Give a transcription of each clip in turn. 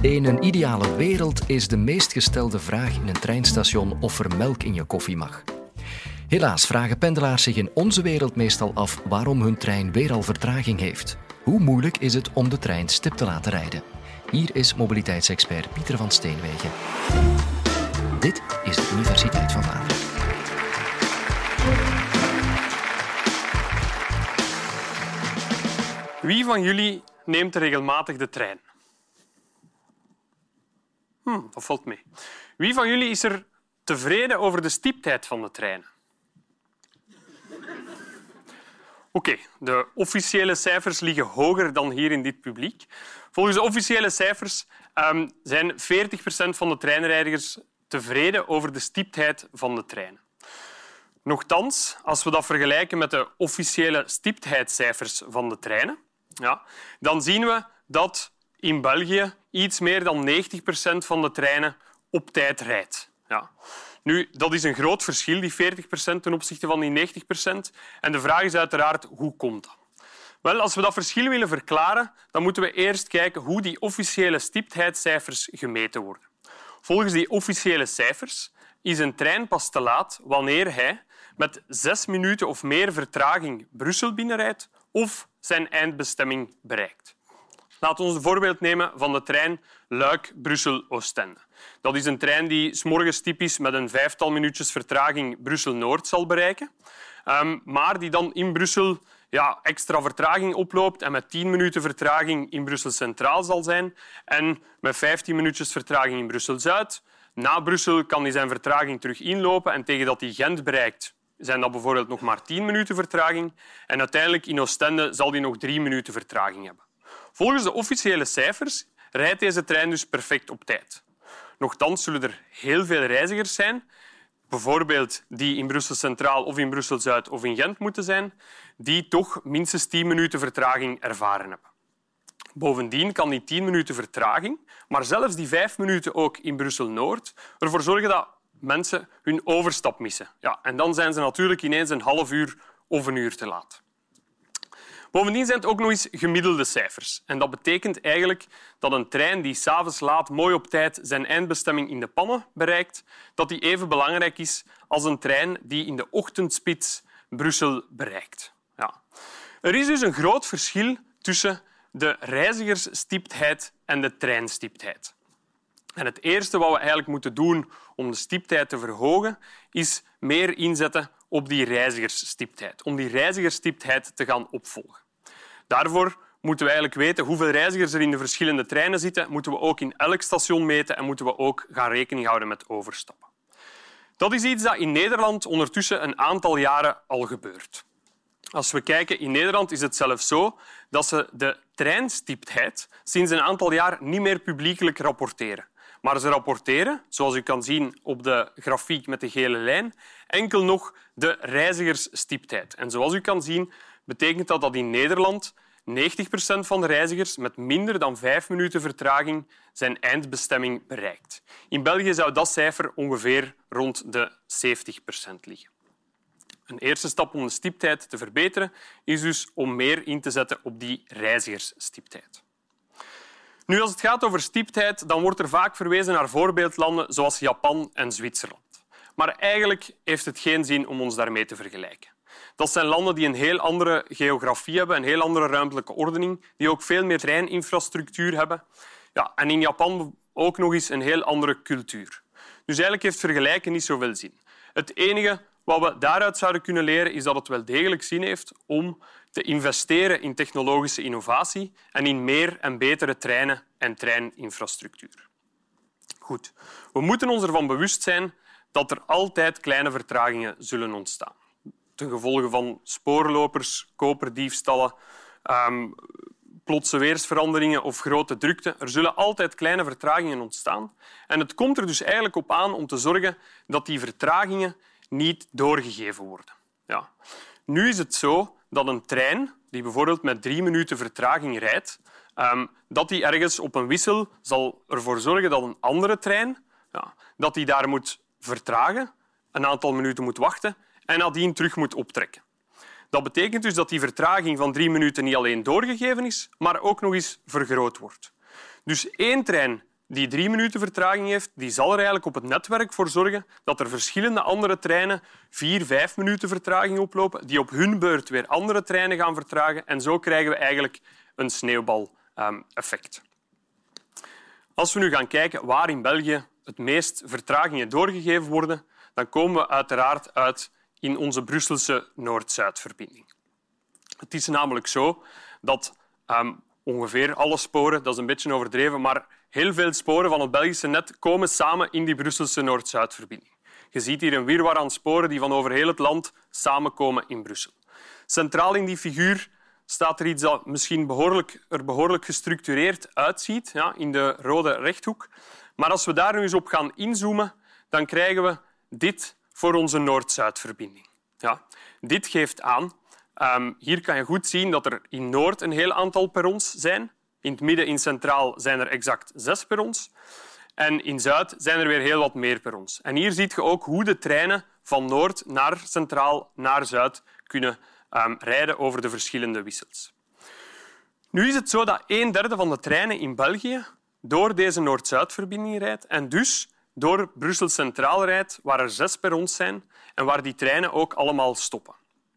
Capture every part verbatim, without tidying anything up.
In een ideale wereld is de meest gestelde vraag in een treinstation of er melk in je koffie mag. Helaas vragen pendelaars zich in onze wereld meestal af waarom hun trein weer al vertraging heeft. Hoe moeilijk is het om de trein stip te laten rijden? Hier is mobiliteitsexpert Pieter van Steenwegen. Dit is de Universiteit van Vlaanderen. Wie van jullie neemt regelmatig de trein? Hm, dat valt mee. Wie van jullie is er tevreden over de stiptheid van de treinen? Oké, okay, de officiële cijfers liggen hoger dan hier in dit publiek. Volgens de officiële cijfers um, zijn veertig procent van de treinreizigers tevreden over de stiptheid van de treinen. Nochtans, als we dat vergelijken met de officiële stiptheidscijfers van de treinen, ja, dan zien we dat in België iets meer dan negentig procent van de treinen op tijd rijdt. Ja. Nu, dat is een groot verschil, die veertig procent ten opzichte van die negentig procent. En de vraag is uiteraard, hoe komt dat? Wel, als we dat verschil willen verklaren, dan moeten we eerst kijken hoe die officiële stiptheidscijfers gemeten worden. Volgens die officiële cijfers is een trein pas te laat wanneer hij met zes minuten of meer vertraging Brussel binnenrijdt of zijn eindbestemming bereikt. Laten we een voorbeeld nemen van de trein Luik-Brussel-Oostende. Dat is een trein die 's morgens typisch met een vijftal minuutjes vertraging Brussel-Noord zal bereiken, um, maar die dan in Brussel ja, extra vertraging oploopt en met tien minuten vertraging in Brussel Centraal zal zijn en met vijftien minuutjes vertraging in Brussel-Zuid. Na Brussel kan hij zijn vertraging terug inlopen en tegen dat hij Gent bereikt zijn dat bijvoorbeeld nog maar tien minuten vertraging en uiteindelijk in Oostende zal hij nog drie minuten vertraging hebben. Volgens de officiële cijfers rijdt deze trein dus perfect op tijd. Nochtans zullen er heel veel reizigers zijn, bijvoorbeeld die in Brussel Centraal of in Brussel Zuid of in Gent moeten zijn, die toch minstens tien minuten vertraging ervaren hebben. Bovendien kan die tien minuten vertraging, maar zelfs die vijf minuten ook in Brussel Noord, ervoor zorgen dat mensen hun overstap missen. Ja, en dan zijn ze natuurlijk ineens een half uur of een uur te laat. Bovendien zijn het ook nog eens gemiddelde cijfers. En dat betekent eigenlijk dat een trein die 's avonds laat mooi op tijd zijn eindbestemming in de pannen bereikt, dat die even belangrijk is als een trein die in de ochtendspits Brussel bereikt. Ja. Er is dus een groot verschil tussen de reizigersstiptheid en de treinstiptheid. En het eerste wat we eigenlijk moeten doen om de stiptheid te verhogen, is meer inzetten op die reizigersstiptheid, om die reizigersstiptheid te gaan opvolgen. Daarvoor moeten we eigenlijk weten hoeveel reizigers er in de verschillende treinen zitten, moeten we ook in elk station meten en moeten we ook gaan rekening houden met overstappen. Dat is iets dat in Nederland ondertussen een aantal jaren al gebeurt. Als we kijken, in Nederland is het zelfs zo dat ze de treinstiptheid sinds een aantal jaar niet meer publiekelijk rapporteren. Maar ze rapporteren, zoals u kan zien op de grafiek met de gele lijn, enkel nog de reizigersstiptheid. En zoals u kan zien, betekent dat dat in Nederland negentig procent van de reizigers met minder dan vijf minuten vertraging zijn eindbestemming bereikt. In België zou dat cijfer ongeveer rond de zeventig procent liggen. Een eerste stap om de stiptheid te verbeteren is dus om meer in te zetten op die reizigersstiptheid. Nu, als het gaat over stiptheid, dan wordt er vaak verwezen naar voorbeeldlanden zoals Japan en Zwitserland. Maar eigenlijk heeft het geen zin om ons daarmee te vergelijken. Dat zijn landen die een heel andere geografie hebben, een heel andere ruimtelijke ordening, die ook veel meer treininfrastructuur hebben. Ja, en in Japan ook nog eens een heel andere cultuur. Dus eigenlijk heeft vergelijken niet zoveel zin. Het enige wat we daaruit zouden kunnen leren is dat het wel degelijk zin heeft om te investeren in technologische innovatie en in meer en betere treinen en treininfrastructuur. Goed. We moeten ons ervan bewust zijn dat er altijd kleine vertragingen zullen ontstaan. Ten gevolge van spoorlopers, koperdiefstallen, um, plotse weersveranderingen of grote drukte. Er zullen altijd kleine vertragingen ontstaan. En het komt er dus eigenlijk op aan om te zorgen dat die vertragingen niet doorgegeven worden. Ja. Nu is het zo dat een trein die bijvoorbeeld met drie minuten vertraging rijdt, um, dat die ergens op een wissel zal ervoor zorgen dat een andere trein ja, dat die daar moet vertragen, een aantal minuten moet wachten en nadien terug moet optrekken. Dat betekent dus dat die vertraging van drie minuten niet alleen doorgegeven is, maar ook nog eens vergroot wordt. Dus één trein die drie minuten vertraging heeft, die zal er eigenlijk op het netwerk voor zorgen dat er verschillende andere treinen vier, vijf minuten vertraging oplopen, die op hun beurt weer andere treinen gaan vertragen. En zo krijgen we eigenlijk een sneeuwbaleffect. Als we nu gaan kijken waar in België het meest vertragingen doorgegeven worden, dan komen we uiteraard uit in onze Brusselse Noord-Zuidverbinding. Het is namelijk zo dat um, ongeveer alle sporen, dat is een beetje overdreven, maar heel veel sporen van het Belgische net komen samen in die Brusselse Noord-Zuidverbinding. Je ziet hier een wirwar aan sporen die van over heel het land samenkomen in Brussel. Centraal in die figuur staat er iets dat misschien behoorlijk, er behoorlijk gestructureerd uitziet, ja, in de rode rechthoek. Maar als we daar nu eens op gaan inzoomen, dan krijgen we dit voor onze Noord-Zuidverbinding. Ja, dit geeft aan... Um, hier kan je goed zien dat er in Noord een heel aantal perrons zijn. In het midden, in Centraal, zijn er exact zes perrons. En in Zuid zijn er weer heel wat meer perrons. En hier zie je ook hoe de treinen van Noord naar Centraal naar Zuid kunnen um, rijden over de verschillende wissels. Nu is het zo dat een derde van de treinen in België door deze Noord-Zuidverbinding rijdt en dus door Brussel Centraal rijdt, waar er zes perrons zijn en waar die treinen ook allemaal stoppen.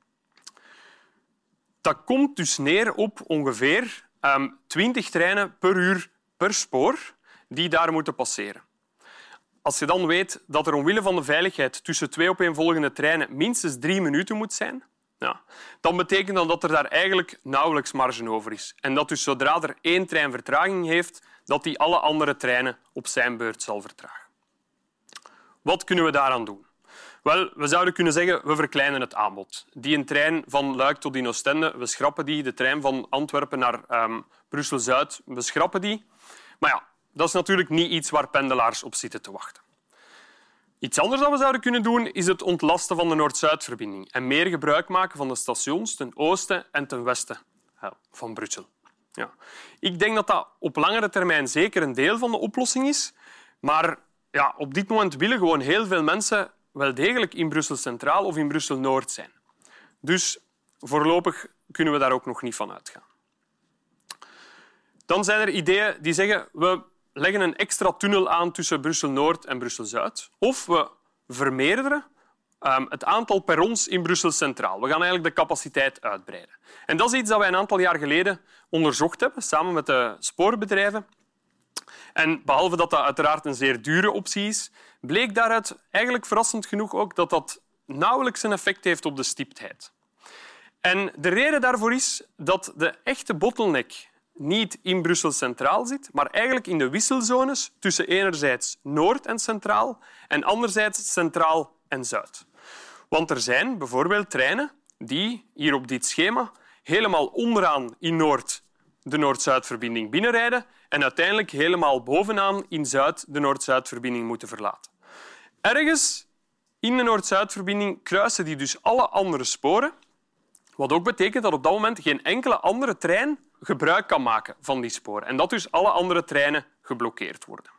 Dat komt dus neer op ongeveer um, twintig treinen per uur per spoor die daar moeten passeren. Als je dan weet dat er omwille van de veiligheid tussen twee opeenvolgende treinen minstens drie minuten moet zijn, ja, dan betekent dat, dat er daar eigenlijk nauwelijks marge over is. En dat dus zodra er één trein vertraging heeft, dat die alle andere treinen op zijn beurt zal vertragen. Wat kunnen we daaraan doen? Wel, we zouden kunnen zeggen, we verkleinen het aanbod. Die een trein van Luik tot in Oostende, we schrappen die. De trein van Antwerpen naar um, Brussel-Zuid, we schrappen die. Maar ja, dat is natuurlijk niet iets waar pendelaars op zitten te wachten. Iets anders dat we zouden kunnen doen, is het ontlasten van de Noord-Zuidverbinding en meer gebruik maken van de stations ten oosten en ten westen van Brussel. Ja. Ik denk dat dat op langere termijn zeker een deel van de oplossing is, maar ja, op dit moment willen gewoon heel veel mensen wel degelijk in Brussel Centraal of in Brussel Noord zijn. Dus voorlopig kunnen we daar ook nog niet van uitgaan. Dan zijn er ideeën die zeggen we leggen een extra tunnel aan tussen Brussel Noord en Brussel Zuid. Of we vermeerderen um, het aantal perrons in Brussel Centraal. We gaan eigenlijk de capaciteit uitbreiden. En dat is iets dat wij een aantal jaar geleden onderzocht hebben, samen met de spoorbedrijven. En behalve dat dat uiteraard een zeer dure optie is, bleek daaruit eigenlijk verrassend genoeg ook dat dat nauwelijks een effect heeft op de stiptheid. En de reden daarvoor is dat de echte bottleneck niet in Brussel Centraal zit, maar eigenlijk in de wisselzones tussen enerzijds Noord en Centraal en anderzijds Centraal en Zuid. Want er zijn bijvoorbeeld treinen die hier op dit schema helemaal onderaan in Noord de Noord-Zuidverbinding binnenrijden en uiteindelijk helemaal bovenaan in Zuid de Noord-Zuidverbinding moeten verlaten. Ergens in de Noord-Zuidverbinding kruisen die dus alle andere sporen, wat ook betekent dat op dat moment geen enkele andere trein gebruik kan maken van die sporen en dat dus alle andere treinen geblokkeerd worden.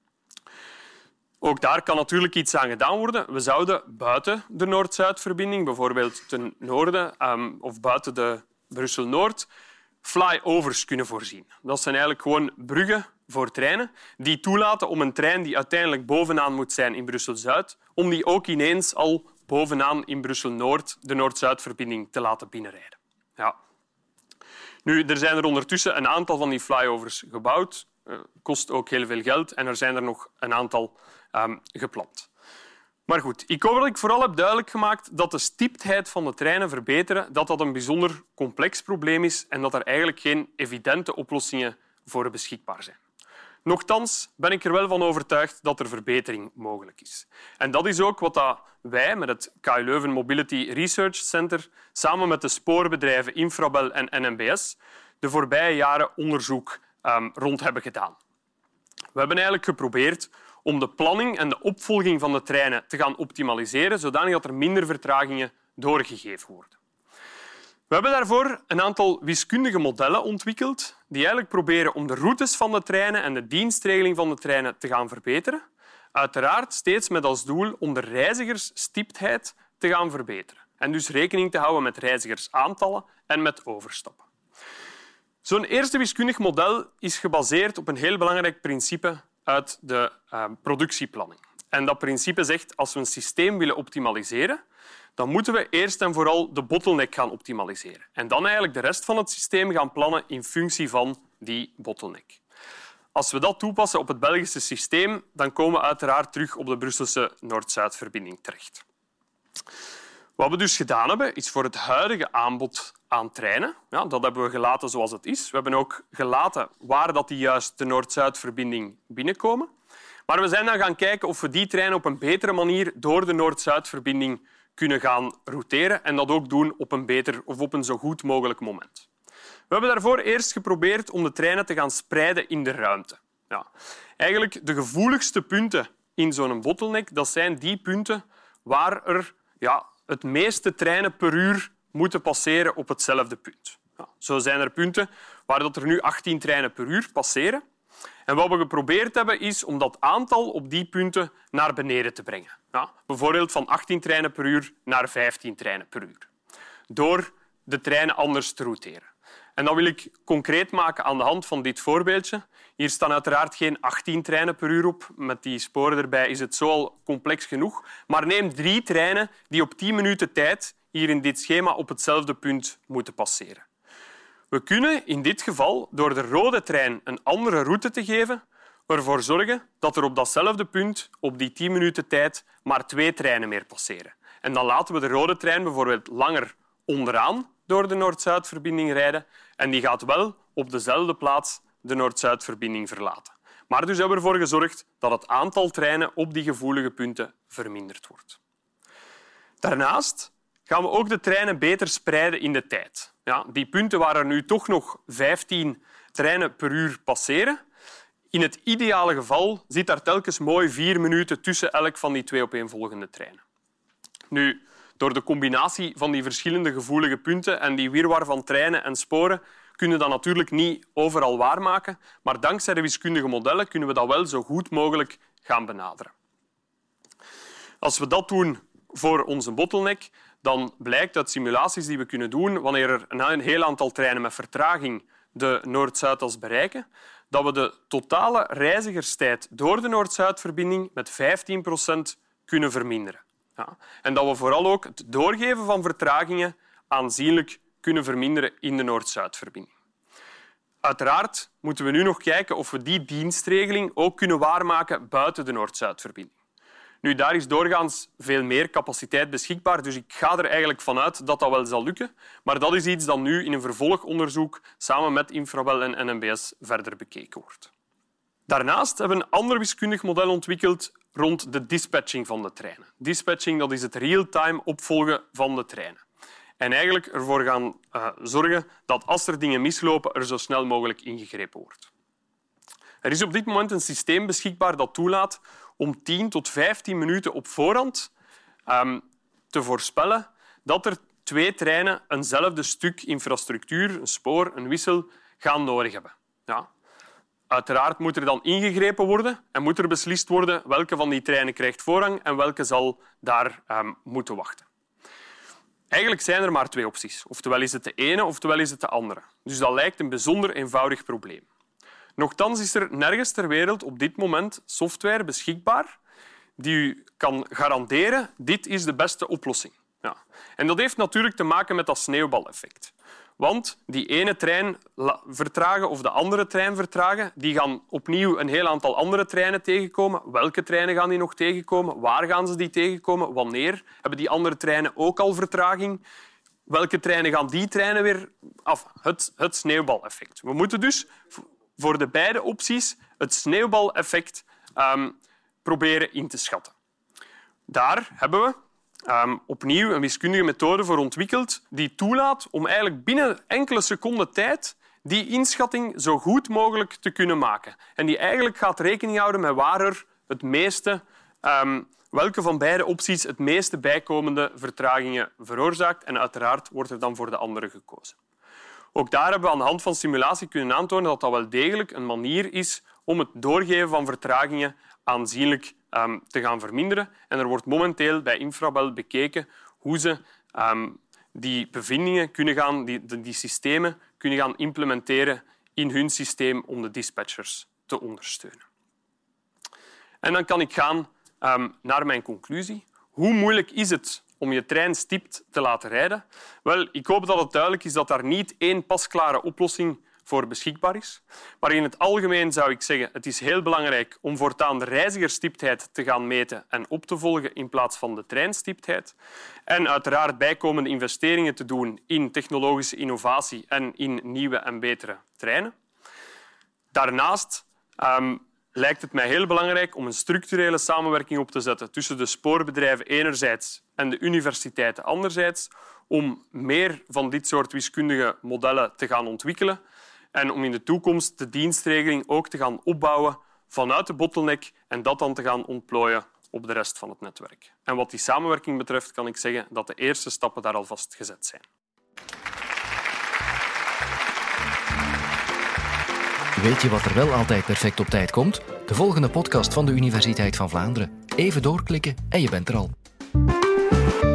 Ook daar kan natuurlijk iets aan gedaan worden. We zouden buiten de Noord-Zuidverbinding, bijvoorbeeld ten noorden um, of buiten de Brussel-Noord, flyovers kunnen voorzien. Dat zijn eigenlijk gewoon bruggen voor treinen die toelaten om een trein die uiteindelijk bovenaan moet zijn in Brussel-Zuid, om die ook ineens al bovenaan in Brussel-Noord de Noord-Zuidverbinding te laten binnenrijden. Ja. Nu, er zijn er ondertussen een aantal van die flyovers gebouwd. Uh, kost ook heel veel geld en er zijn er nog een aantal um, gepland. Maar goed, ik hoop dat ik vooral heb duidelijk gemaakt dat de stiptheid van de treinen verbeteren, dat dat een bijzonder complex probleem is en dat er eigenlijk geen evidente oplossingen voor beschikbaar zijn. Nochtans ben ik er wel van overtuigd dat er verbetering mogelijk is. En dat is ook wat wij met het K U Leuven Mobility Research Center samen met de spoorbedrijven Infrabel en N M B S de voorbije jaren onderzoek um, rond hebben gedaan. We hebben eigenlijk geprobeerd om de planning en de opvolging van de treinen te gaan optimaliseren, zodanig dat er minder vertragingen doorgegeven worden. We hebben daarvoor een aantal wiskundige modellen ontwikkeld die eigenlijk proberen om de routes van de treinen en de dienstregeling van de treinen te gaan verbeteren. Uiteraard steeds met als doel om de reizigersstiptheid te gaan verbeteren. En dus rekening te houden met reizigersaantallen en met overstappen. Zo'n eerste wiskundig model is gebaseerd op een heel belangrijk principe uit de uh, productieplanning. En dat principe zegt, als we een systeem willen optimaliseren, dan moeten we eerst en vooral de bottleneck gaan optimaliseren. En dan eigenlijk de rest van het systeem gaan plannen in functie van die bottleneck. Als we dat toepassen op het Belgische systeem, dan komen we uiteraard terug op de Brusselse Noord-Zuid-verbinding terecht. Wat we dus gedaan hebben, is voor het huidige aanbod aan treinen, ja, dat hebben we gelaten zoals het is. We hebben ook gelaten waar dat die juist de Noord-Zuid-verbinding binnenkomen. Maar we zijn dan gaan kijken of we die treinen op een betere manier door de Noord-Zuid-verbinding kunnen gaan routeren en dat ook doen op een beter of op een zo goed mogelijk moment. We hebben daarvoor eerst geprobeerd om de treinen te gaan spreiden in de ruimte. Ja. Eigenlijk de gevoeligste punten in zo'n bottleneck, dat zijn die punten waar er ja, het meeste treinen per uur moeten passeren op hetzelfde punt. Ja. Zo zijn er punten waar er nu achttien treinen per uur passeren. En wat we geprobeerd hebben, is om dat aantal op die punten naar beneden te brengen. Ja, bijvoorbeeld van achttien treinen per uur naar vijftien treinen per uur. Door de treinen anders te routeren. En dat wil ik concreet maken aan de hand van dit voorbeeldje. Hier staan uiteraard geen achttien treinen per uur op. Met die sporen erbij is het zo al complex genoeg. Maar neem drie treinen die op tien minuten tijd hier in dit schema op hetzelfde punt moeten passeren. We kunnen in dit geval, door de rode trein een andere route te geven, ervoor zorgen dat er op datzelfde punt op die tien minuten tijd maar twee treinen meer passeren. En dan laten we de rode trein bijvoorbeeld langer onderaan door de Noord-Zuid-verbinding rijden en die gaat wel op dezelfde plaats de Noord-Zuid-verbinding verlaten. Maar dus hebben we ervoor gezorgd dat het aantal treinen op die gevoelige punten verminderd wordt. Daarnaast gaan we ook de treinen beter spreiden in de tijd. Ja, die punten waar er nu toch nog vijftien treinen per uur passeren, in het ideale geval zit daar telkens mooi vier minuten tussen elk van die twee opeenvolgende treinen. Nu, door de combinatie van die verschillende gevoelige punten en die wirwar van treinen en sporen kunnen we dat natuurlijk niet overal waarmaken, maar dankzij de wiskundige modellen kunnen we dat wel zo goed mogelijk gaan benaderen. Als we dat doen voor onze bottleneck, dan blijkt uit simulaties die we kunnen doen, wanneer er een heel aantal treinen met vertraging de Noord-Zuidas bereiken, dat we de totale reizigerstijd door de Noord-Zuid-verbinding met vijftien procent kunnen verminderen. Ja. En dat we vooral ook het doorgeven van vertragingen aanzienlijk kunnen verminderen in de Noord-Zuid-verbinding. Uiteraard moeten we nu nog kijken of we die dienstregeling ook kunnen waarmaken buiten de Noord-Zuid-verbinding. Nu, daar is doorgaans veel meer capaciteit beschikbaar, dus ik ga er eigenlijk vanuit dat dat wel zal lukken. Maar dat is iets dat nu in een vervolgonderzoek samen met Infrabel en N M B S verder bekeken wordt. Daarnaast hebben we een ander wiskundig model ontwikkeld rond de dispatching van de treinen. Dispatching, dat is het real-time opvolgen van de treinen. En eigenlijk ervoor gaan uh, zorgen dat als er dingen mislopen, er zo snel mogelijk ingegrepen wordt. Er is op dit moment een systeem beschikbaar dat toelaat om tien tot vijftien minuten op voorhand um, te voorspellen dat er twee treinen eenzelfde stuk infrastructuur, een spoor, een wissel, gaan nodig hebben. Ja. Uiteraard moet er dan ingegrepen worden en moet er beslist worden welke van die treinen krijgt voorrang en welke zal daar um, moeten wachten. Eigenlijk zijn er maar twee opties. Oftewel is het de ene, oftewel is het de andere. Dus dat lijkt een bijzonder eenvoudig probleem. Nochtans is er nergens ter wereld op dit moment software beschikbaar die u kan garanderen dit is de beste oplossing. Ja. En dat heeft natuurlijk te maken met dat sneeuwbaleffect. Want die ene trein vertragen of de andere trein vertragen, die gaan opnieuw een heel aantal andere treinen tegenkomen. Welke treinen gaan die nog tegenkomen? Waar gaan ze die tegenkomen? Wanneer? Hebben die andere treinen ook al vertraging? Welke treinen gaan die treinen weer af? Het, het sneeuwbaleffect. We moeten dus voor de beide opties het sneeuwbaleffect um, proberen in te schatten. Daar hebben we um, opnieuw een wiskundige methode voor ontwikkeld die toelaat om eigenlijk binnen enkele seconden tijd die inschatting zo goed mogelijk te kunnen maken. En die eigenlijk gaat rekening houden met waar er het meeste, um, welke van beide opties het meeste bijkomende vertragingen veroorzaakt. En uiteraard wordt er dan voor de andere gekozen. Ook daar hebben we aan de hand van simulatie kunnen aantonen dat dat wel degelijk een manier is om het doorgeven van vertragingen aanzienlijk um, te gaan verminderen. En er wordt momenteel bij Infrabel bekeken hoe ze um, die bevindingen kunnen gaan, die, die systemen kunnen gaan implementeren in hun systeem om de dispatchers te ondersteunen. En dan kan ik gaan um, naar mijn conclusie. Hoe moeilijk is het om je trein stipt te laten rijden? Wel, ik hoop dat het duidelijk is dat daar niet één pasklare oplossing voor beschikbaar is. Maar in het algemeen zou ik zeggen, het is heel belangrijk om voortaan de reizigerstiptheid te gaan meten en op te volgen in plaats van de treinstiptheid. En uiteraard bijkomende investeringen te doen in technologische innovatie en in nieuwe en betere treinen. Daarnaast um, lijkt het mij heel belangrijk om een structurele samenwerking op te zetten tussen de spoorbedrijven enerzijds en de universiteiten anderzijds, om meer van dit soort wiskundige modellen te gaan ontwikkelen en om in de toekomst de dienstregeling ook te gaan opbouwen vanuit de bottleneck en dat dan te gaan ontplooien op de rest van het netwerk. En wat die samenwerking betreft kan ik zeggen dat de eerste stappen daar alvast gezet zijn. Weet je wat er wel altijd perfect op tijd komt? De volgende podcast van de Universiteit van Vlaanderen. Even doorklikken en je bent er al.